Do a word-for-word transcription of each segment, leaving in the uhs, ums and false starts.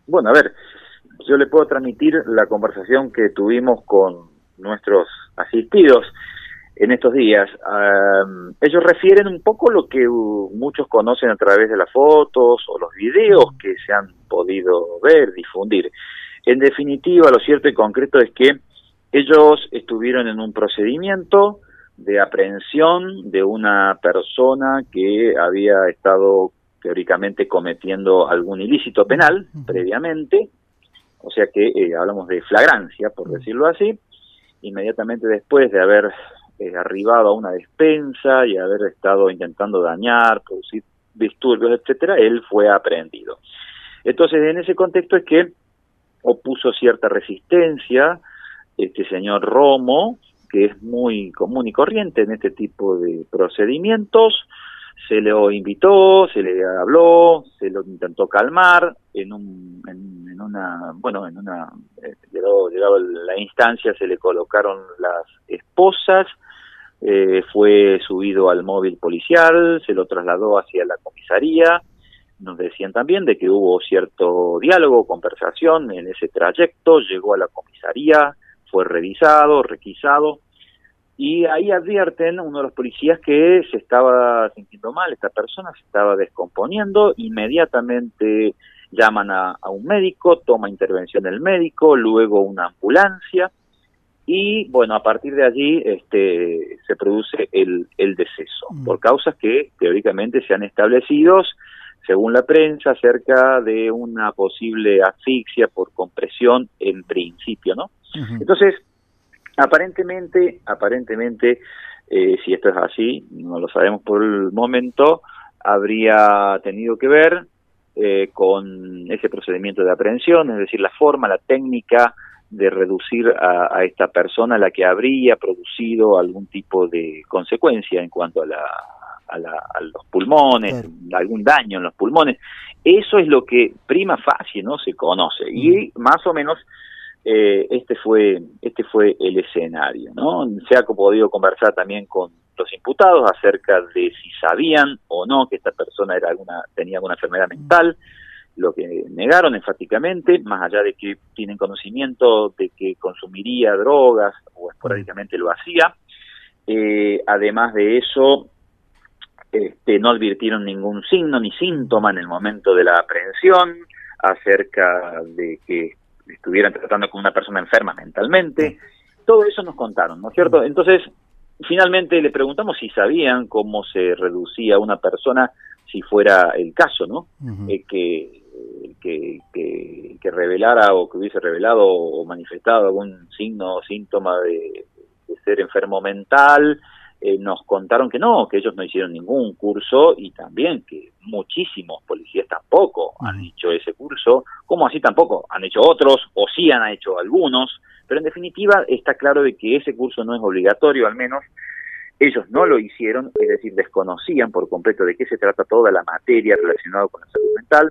Bueno, a ver, yo le puedo transmitir la conversación que tuvimos con nuestros asistidos en estos días. Uh, ellos refieren un poco lo que uh, muchos conocen a través de las fotos o los videos que se han podido ver, difundir. En definitiva, lo cierto y concreto es que ellos estuvieron en un procedimiento de aprehensión de una persona que había estado teóricamente cometiendo algún ilícito penal uh-huh. previamente, o sea que eh, hablamos de flagrancia, por decirlo así. Inmediatamente después de haber eh, arribado a una despensa y haber estado intentando dañar, producir disturbios, etcétera, él fue aprehendido. Entonces, en ese contexto es que opuso cierta resistencia este señor Romo, que es muy común y corriente en este tipo de procedimientos. Se le invitó, se le habló, se lo intentó calmar, en un, en, en una, bueno, en una, eh, llegado, llegado la instancia, se le colocaron las esposas, eh, fue subido al móvil policial, se lo trasladó hacia la comisaría. Nos decían también de que hubo cierto diálogo, conversación en ese trayecto, llegó a la comisaría, fue revisado, requisado, y ahí advierten uno de los policías que se estaba sintiendo mal, esta persona se estaba descomponiendo. Inmediatamente llaman a, a un médico, toma intervención el médico, luego una ambulancia, y bueno, a partir de allí este, se produce el, el deceso, mm. por causas que teóricamente se han establecido, según la prensa, cerca de una posible asfixia por compresión en principio, ¿no? Uh-huh. Entonces, Aparentemente, aparentemente, eh, si esto es así, no lo sabemos por el momento, habría tenido que ver eh, con ese procedimiento de aprehensión, es decir, la forma, la técnica de reducir a, a esta persona, la que habría producido algún tipo de consecuencia en cuanto a, la, a, la, a los pulmones, claro. algún daño en los pulmones. Eso es lo que prima facie no se conoce, mm. y más o menos Eh, este fue este fue el escenario, ¿no? Se ha podido conversar también con los imputados acerca de si sabían o no que esta persona era alguna tenía alguna enfermedad mental, lo que negaron enfáticamente, más allá de que tienen conocimiento de que consumiría drogas o esporádicamente lo hacía. Eh, además de eso, este, no advirtieron ningún signo ni síntoma en el momento de la aprehensión acerca de que estuvieran tratando con una persona enferma mentalmente. Todo eso nos contaron, ¿no es cierto? Entonces, finalmente le preguntamos si sabían cómo se reducía una persona si fuera el caso, ¿no? Uh-huh. eh, que, que, que, que revelara o que hubiese revelado o manifestado algún signo o síntoma de, de ser enfermo mental. Eh, nos contaron que no, que ellos no hicieron ningún curso, y también que muchísimos policías tampoco uh-huh. han hecho ese curso, como así tampoco han hecho otros, o sí han hecho algunos, pero en definitiva está claro de que ese curso no es obligatorio, al menos ellos no lo hicieron, es decir, desconocían por completo de qué se trata toda la materia relacionada con la salud mental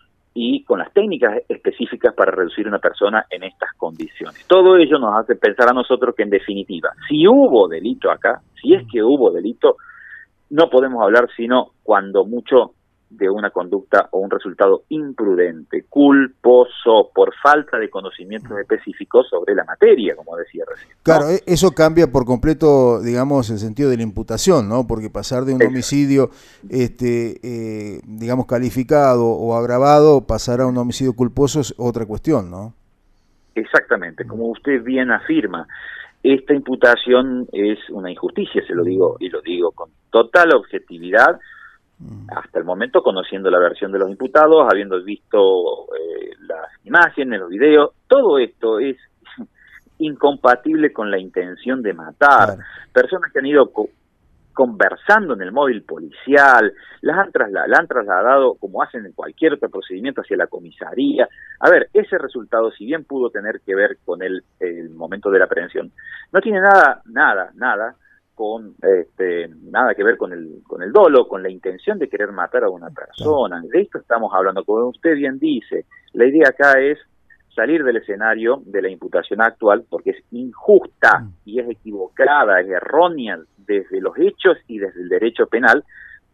y con las técnicas específicas para reducir a una persona en estas condiciones. Todo ello nos hace pensar a nosotros que, en definitiva, si hubo delito acá, si es que hubo delito, no podemos hablar sino cuando mucho de una conducta o un resultado imprudente, culposo, por falta de conocimientos específicos sobre la materia, como decía recién, ¿no? Claro, eso cambia por completo, digamos, el sentido de la imputación, ¿no? Porque pasar de un Exacto. homicidio, este, eh, digamos, calificado o agravado, pasar a un homicidio culposo es otra cuestión, ¿no? Exactamente, como usted bien afirma, esta imputación es una injusticia, se lo digo, y lo digo con total objetividad, hasta el momento, conociendo la versión de los imputados, habiendo visto eh, las imágenes, los videos, todo esto es incompatible con la intención de matar. Claro. Personas que han ido co conversando en el móvil policial, las han, trasladado, la han trasladado, como hacen en cualquier otro procedimiento, hacia la comisaría. A ver, ese resultado, si bien pudo tener que ver con el, el momento de la aprehensión, no tiene nada, nada, nada, con este, nada que ver con el con el dolo, con la intención de querer matar a una persona. De esto estamos hablando, como usted bien dice. La idea acá es salir del escenario de la imputación actual, porque es injusta y es equivocada, es errónea desde los hechos y desde el derecho penal,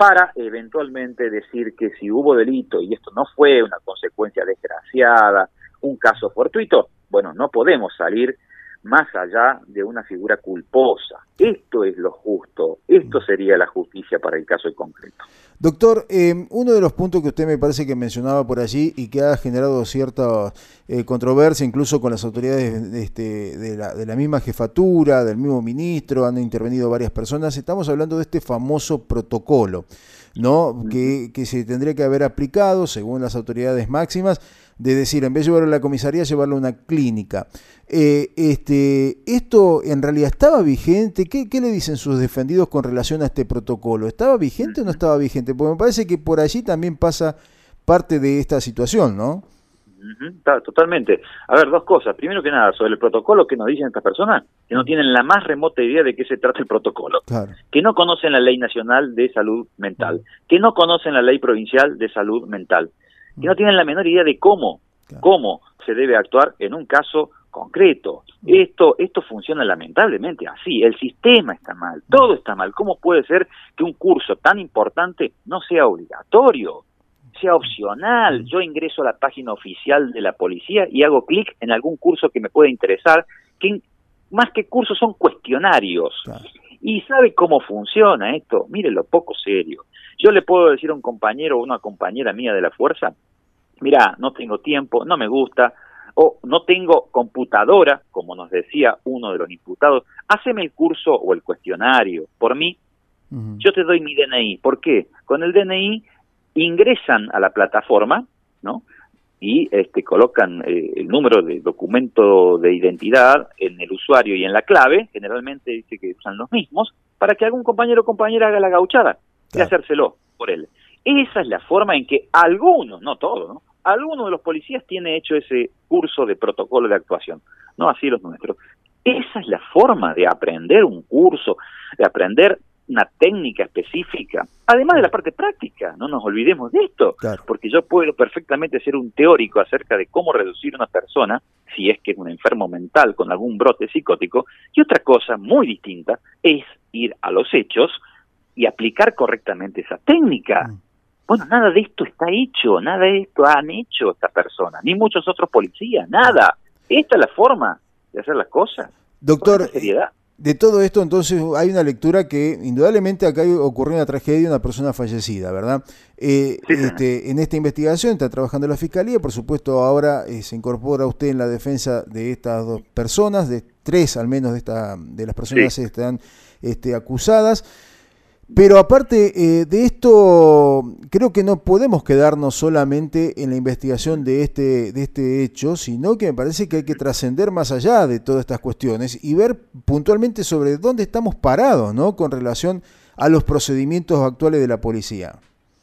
para eventualmente decir que si hubo delito y esto no fue una consecuencia desgraciada, un caso fortuito, bueno, no podemos salir más allá de una figura culposa. Esto es lo justo, esto sería la justicia para el caso en concreto. Doctor, eh, uno de los puntos que usted me parece que mencionaba por allí y que ha generado cierta eh, controversia incluso con las autoridades de, este, de, la, de la misma jefatura, del mismo ministro, han intervenido varias personas, estamos hablando de este famoso protocolo, ¿no? Que, que se tendría que haber aplicado, según las autoridades máximas, de decir, en vez de llevarlo a la comisaría, llevarlo a una clínica. Eh, este, ¿Esto en realidad estaba vigente? ¿Qué, ¿Qué le dicen sus defendidos con relación a este protocolo? ¿Estaba vigente o no estaba vigente? Porque me parece que por allí también pasa parte de esta situación, ¿no? Uh-huh, totalmente. A ver, dos cosas. Primero que nada, sobre el protocolo, que nos dicen estas personas, que no tienen la más remota idea de qué se trata el protocolo, claro. Que no conocen la Ley Nacional de Salud Mental, uh-huh. Que no conocen la Ley Provincial de Salud Mental, que no tienen la menor idea de cómo, claro. cómo se debe actuar en un caso concreto. Esto, esto funciona lamentablemente así. El sistema está mal, todo está mal. ¿Cómo puede ser que un curso tan importante no sea obligatorio, sea opcional? Yo ingreso a la página oficial de la policía y hago clic en algún curso que me pueda interesar, que más que cursos son cuestionarios. Claro. ¿Y sabe cómo funciona esto? Mire lo poco serio. Yo le puedo decir a un compañero o una compañera mía de la fuerza, mirá, no tengo tiempo, no me gusta, o no tengo computadora, como nos decía uno de los imputados, haceme el curso o el cuestionario por mí, uh-huh. Yo te doy mi D N I. ¿Por qué? Con el D N I ingresan a la plataforma, ¿no? Y este, colocan eh, el número de documento de identidad en el usuario y en la clave, generalmente dice que usan los mismos, para que algún compañero o compañera haga la gauchada, claro. Y hacérselo por él. Esa es la forma en que algunos, no todos, ¿no? Algunos de los policías tienen hecho ese curso de protocolo de actuación, no así los nuestros. Esa es la forma de aprender un curso, de aprender una técnica específica, además de la parte práctica, no nos olvidemos de esto, claro. Porque yo puedo perfectamente ser un teórico acerca de cómo reducir a una persona, si es que es un enfermo mental con algún brote psicótico, y otra cosa muy distinta es ir a los hechos y aplicar correctamente esa técnica. Mm. Bueno, nada de esto está hecho, nada de esto han hecho estas personas, ni muchos otros policías, nada. Esta es la forma de hacer las cosas. Doctor, de todo esto entonces hay una lectura que indudablemente acá ocurrió una tragedia, una persona fallecida, ¿verdad? Eh, sí, este, en esta investigación está trabajando la Fiscalía, por supuesto ahora eh, se incorpora usted en la defensa de estas dos personas, de tres al menos de, esta, de las personas sí. que están este, acusadas. Pero aparte eh, de esto, creo que no podemos quedarnos solamente en la investigación de este, de este hecho, sino que me parece que hay que trascender más allá de todas estas cuestiones y ver puntualmente sobre dónde estamos parados, ¿no? Con relación a los procedimientos actuales de la policía.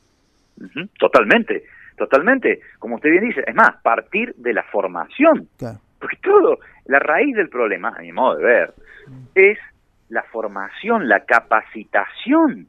Uh-huh. Totalmente, totalmente. Como usted bien dice, es más, partir de la formación. Claro. Porque todo, la raíz del problema, a mi modo de ver, es la formación, la capacitación.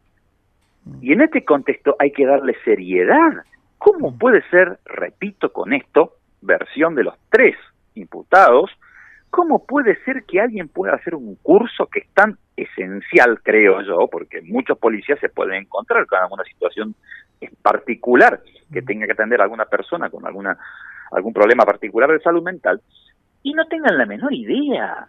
Y en este contexto hay que darle seriedad. ¿Cómo puede ser, repito con esto, versión de los tres imputados, cómo puede ser que alguien pueda hacer un curso que es tan esencial, creo yo, porque muchos policías se pueden encontrar con alguna situación en particular, que tenga que atender a alguna persona con alguna algún problema particular de salud mental, y no tengan la menor idea?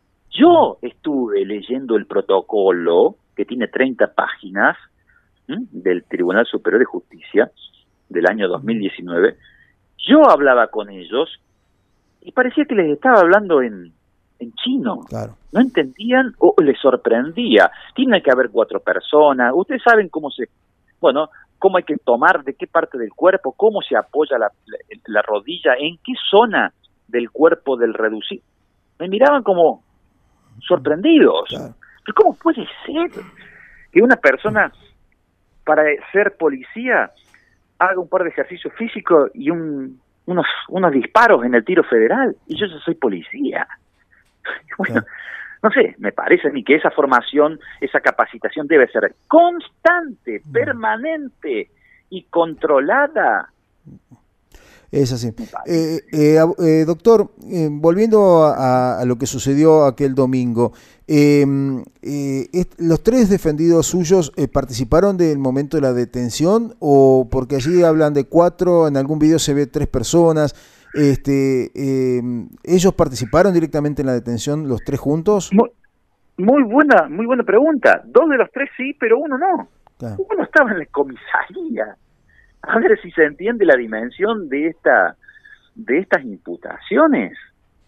Yo estuve leyendo el protocolo, que tiene treinta páginas, ¿m? Del Tribunal Superior de Justicia, del año dos mil diecinueve. Yo hablaba con ellos y parecía que les estaba hablando en, en chino. Claro. No entendían o les sorprendía. Tiene que haber cuatro personas. Ustedes saben cómo se... Bueno, cómo hay que tomar, de qué parte del cuerpo, cómo se apoya la, la, la rodilla, en qué zona del cuerpo del reducido. Me miraban como sorprendidos. Claro. ¿Pero cómo puede ser que una persona para ser policía haga un par de ejercicios físicos y un, unos unos disparos en el tiro federal? Y yo ya soy policía. Bueno, claro. No sé, me parece a mí que esa formación, esa capacitación debe ser constante, permanente y controlada. Es así. Eh, eh, eh, doctor, eh, volviendo a, a lo que sucedió aquel domingo, eh, eh, ¿los tres defendidos suyos eh, participaron del momento de la detención? O porque allí hablan de cuatro, en algún video se ve tres personas. Este, eh, ¿Ellos participaron directamente en la detención, los tres juntos? Muy, muy buena, muy buena pregunta. Dos de los tres sí, pero uno no. Claro. Uno estaba en la comisaría. A ver si se entiende la dimensión de esta de estas imputaciones.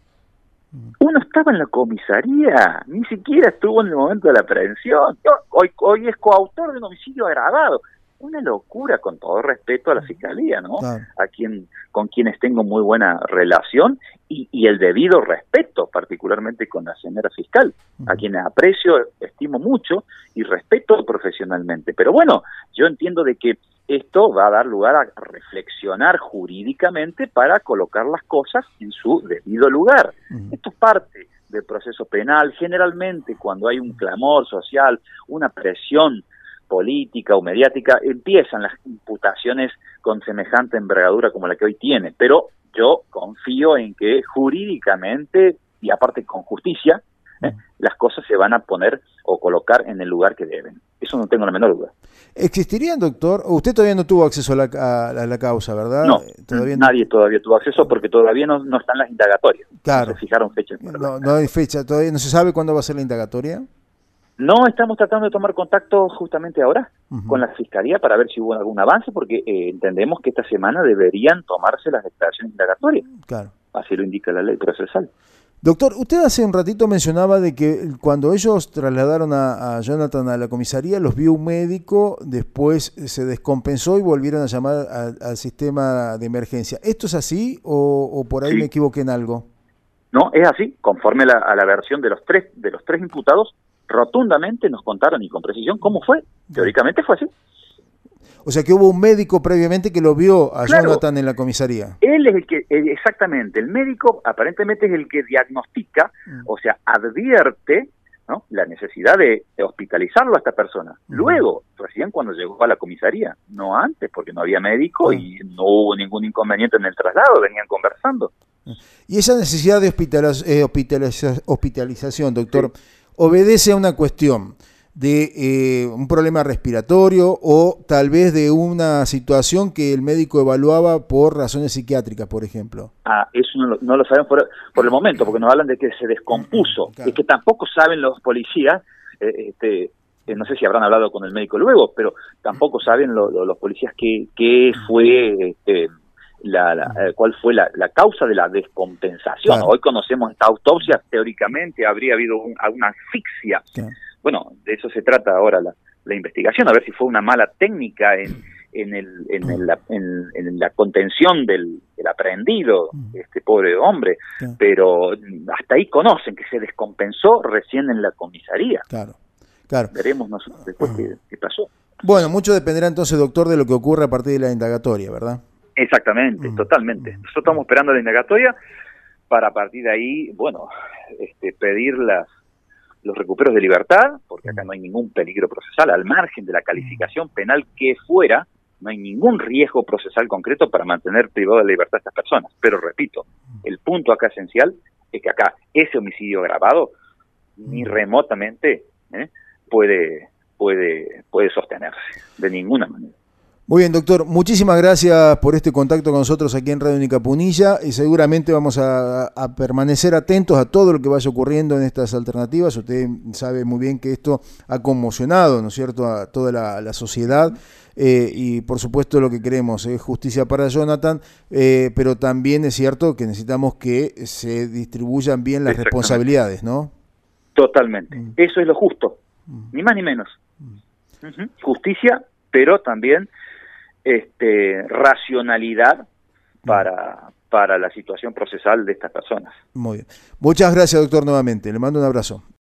Uno estaba en la comisaría, ni siquiera estuvo en el momento de la aprehensión. Yo, hoy, hoy es coautor de un homicidio agravado. Una locura, con todo respeto a la fiscalía, ¿no? Claro. A quien, con quienes tengo muy buena relación y, y el debido respeto, particularmente con la señora fiscal, uh-huh. a quienes aprecio, estimo mucho y respeto profesionalmente. Pero bueno, yo entiendo de que esto va a dar lugar a reflexionar jurídicamente para colocar las cosas en su debido lugar. Uh-huh. Esto es parte del proceso penal. Generalmente, cuando hay un clamor social, una presión política o mediática, empiezan las imputaciones con semejante envergadura como la que hoy tiene, pero yo confío en que jurídicamente y aparte con justicia eh, las cosas se van a poner o colocar en el lugar que deben. Eso no tengo la menor duda. ¿Existirían, doctor? Usted todavía no tuvo acceso a la, a, a la causa, ¿verdad? No, ¿Todavía nadie no? todavía tuvo acceso porque todavía no, no están las indagatorias. Claro. No se fijaron fechas. No, no hay fecha, todavía no se sabe cuándo va a ser la indagatoria. No, estamos tratando de tomar contacto justamente ahora uh-huh. con la Fiscalía para ver si hubo algún avance, porque eh, entendemos que esta semana deberían tomarse las declaraciones indagatorias. Claro. Así lo indica la ley procesal. Doctor, usted hace un ratito mencionaba de que cuando ellos trasladaron a, a Jonathan a la comisaría, los vio un médico, después se descompensó y volvieron a llamar a, al sistema de emergencia. ¿Esto es así o, o por ahí sí. me equivoqué en algo? No, es así. Conforme la, a la versión de los tres de los tres imputados, rotundamente nos contaron y con precisión cómo fue. Teóricamente fue así. O sea que hubo un médico previamente que lo vio a claro, Jonathan en la comisaría. Él es el que, exactamente, el médico aparentemente es el que diagnostica, mm. o sea, advierte, ¿no?, la necesidad de, de hospitalizarlo a esta persona. Mm. Luego, recién cuando llegó a la comisaría, no antes, porque no había médico mm. y no hubo ningún inconveniente en el traslado, venían conversando. Y esa necesidad de hospitaliz eh, hospitaliza hospitalización, doctor, sí. obedece a una cuestión de eh, un problema respiratorio o tal vez de una situación que el médico evaluaba por razones psiquiátricas, por ejemplo. Ah, eso no lo, no lo sabemos por, por el momento, porque nos hablan de que se descompuso. Claro. Es que tampoco saben los policías, eh, este, eh, no sé si habrán hablado con el médico luego, pero tampoco saben lo, lo, los policías qué, qué fue... Este, La, la, eh, cuál fue la, la causa de la descompensación. Claro. Hoy conocemos esta autopsia, teóricamente habría habido un, una asfixia. Claro. Bueno, de eso se trata ahora la, la investigación, a ver si fue una mala técnica en, en, el, en, el, en, en la contención del, del aprehendido, este pobre hombre, claro. pero hasta ahí conocen que se descompensó recién en la comisaría. Claro, claro. Veremos nosotros después qué, qué pasó. Bueno, mucho dependerá entonces, doctor, de lo que ocurra a partir de la indagatoria, ¿verdad? Exactamente, mm. totalmente. Nosotros estamos esperando la indagatoria para a partir de ahí, bueno, este, pedir las, los recuperos de libertad, porque acá no hay ningún peligro procesal, al margen de la calificación penal que fuera, no hay ningún riesgo procesal concreto para mantener privado de la libertad a estas personas. Pero repito, el punto acá esencial es que acá ese homicidio agravado ni remotamente ¿eh? puede, puede, puede sostenerse, de ninguna manera. Muy bien, doctor. Muchísimas gracias por este contacto con nosotros aquí en Radio Única Punilla y seguramente vamos a, a permanecer atentos a todo lo que vaya ocurriendo en estas alternativas. Usted sabe muy bien que esto ha conmocionado, ¿no es cierto?, a toda la, la sociedad eh, y por supuesto lo que queremos es justicia para Jonathan, eh, pero también es cierto que necesitamos que se distribuyan bien las responsabilidades, ¿no? Totalmente. Mm. Eso es lo justo, mm. ni más ni menos. Mm. Uh-huh. Justicia, pero también Este, racionalidad para, para la situación procesal de estas personas. Muy bien. Muchas gracias, doctor, nuevamente. Le mando un abrazo.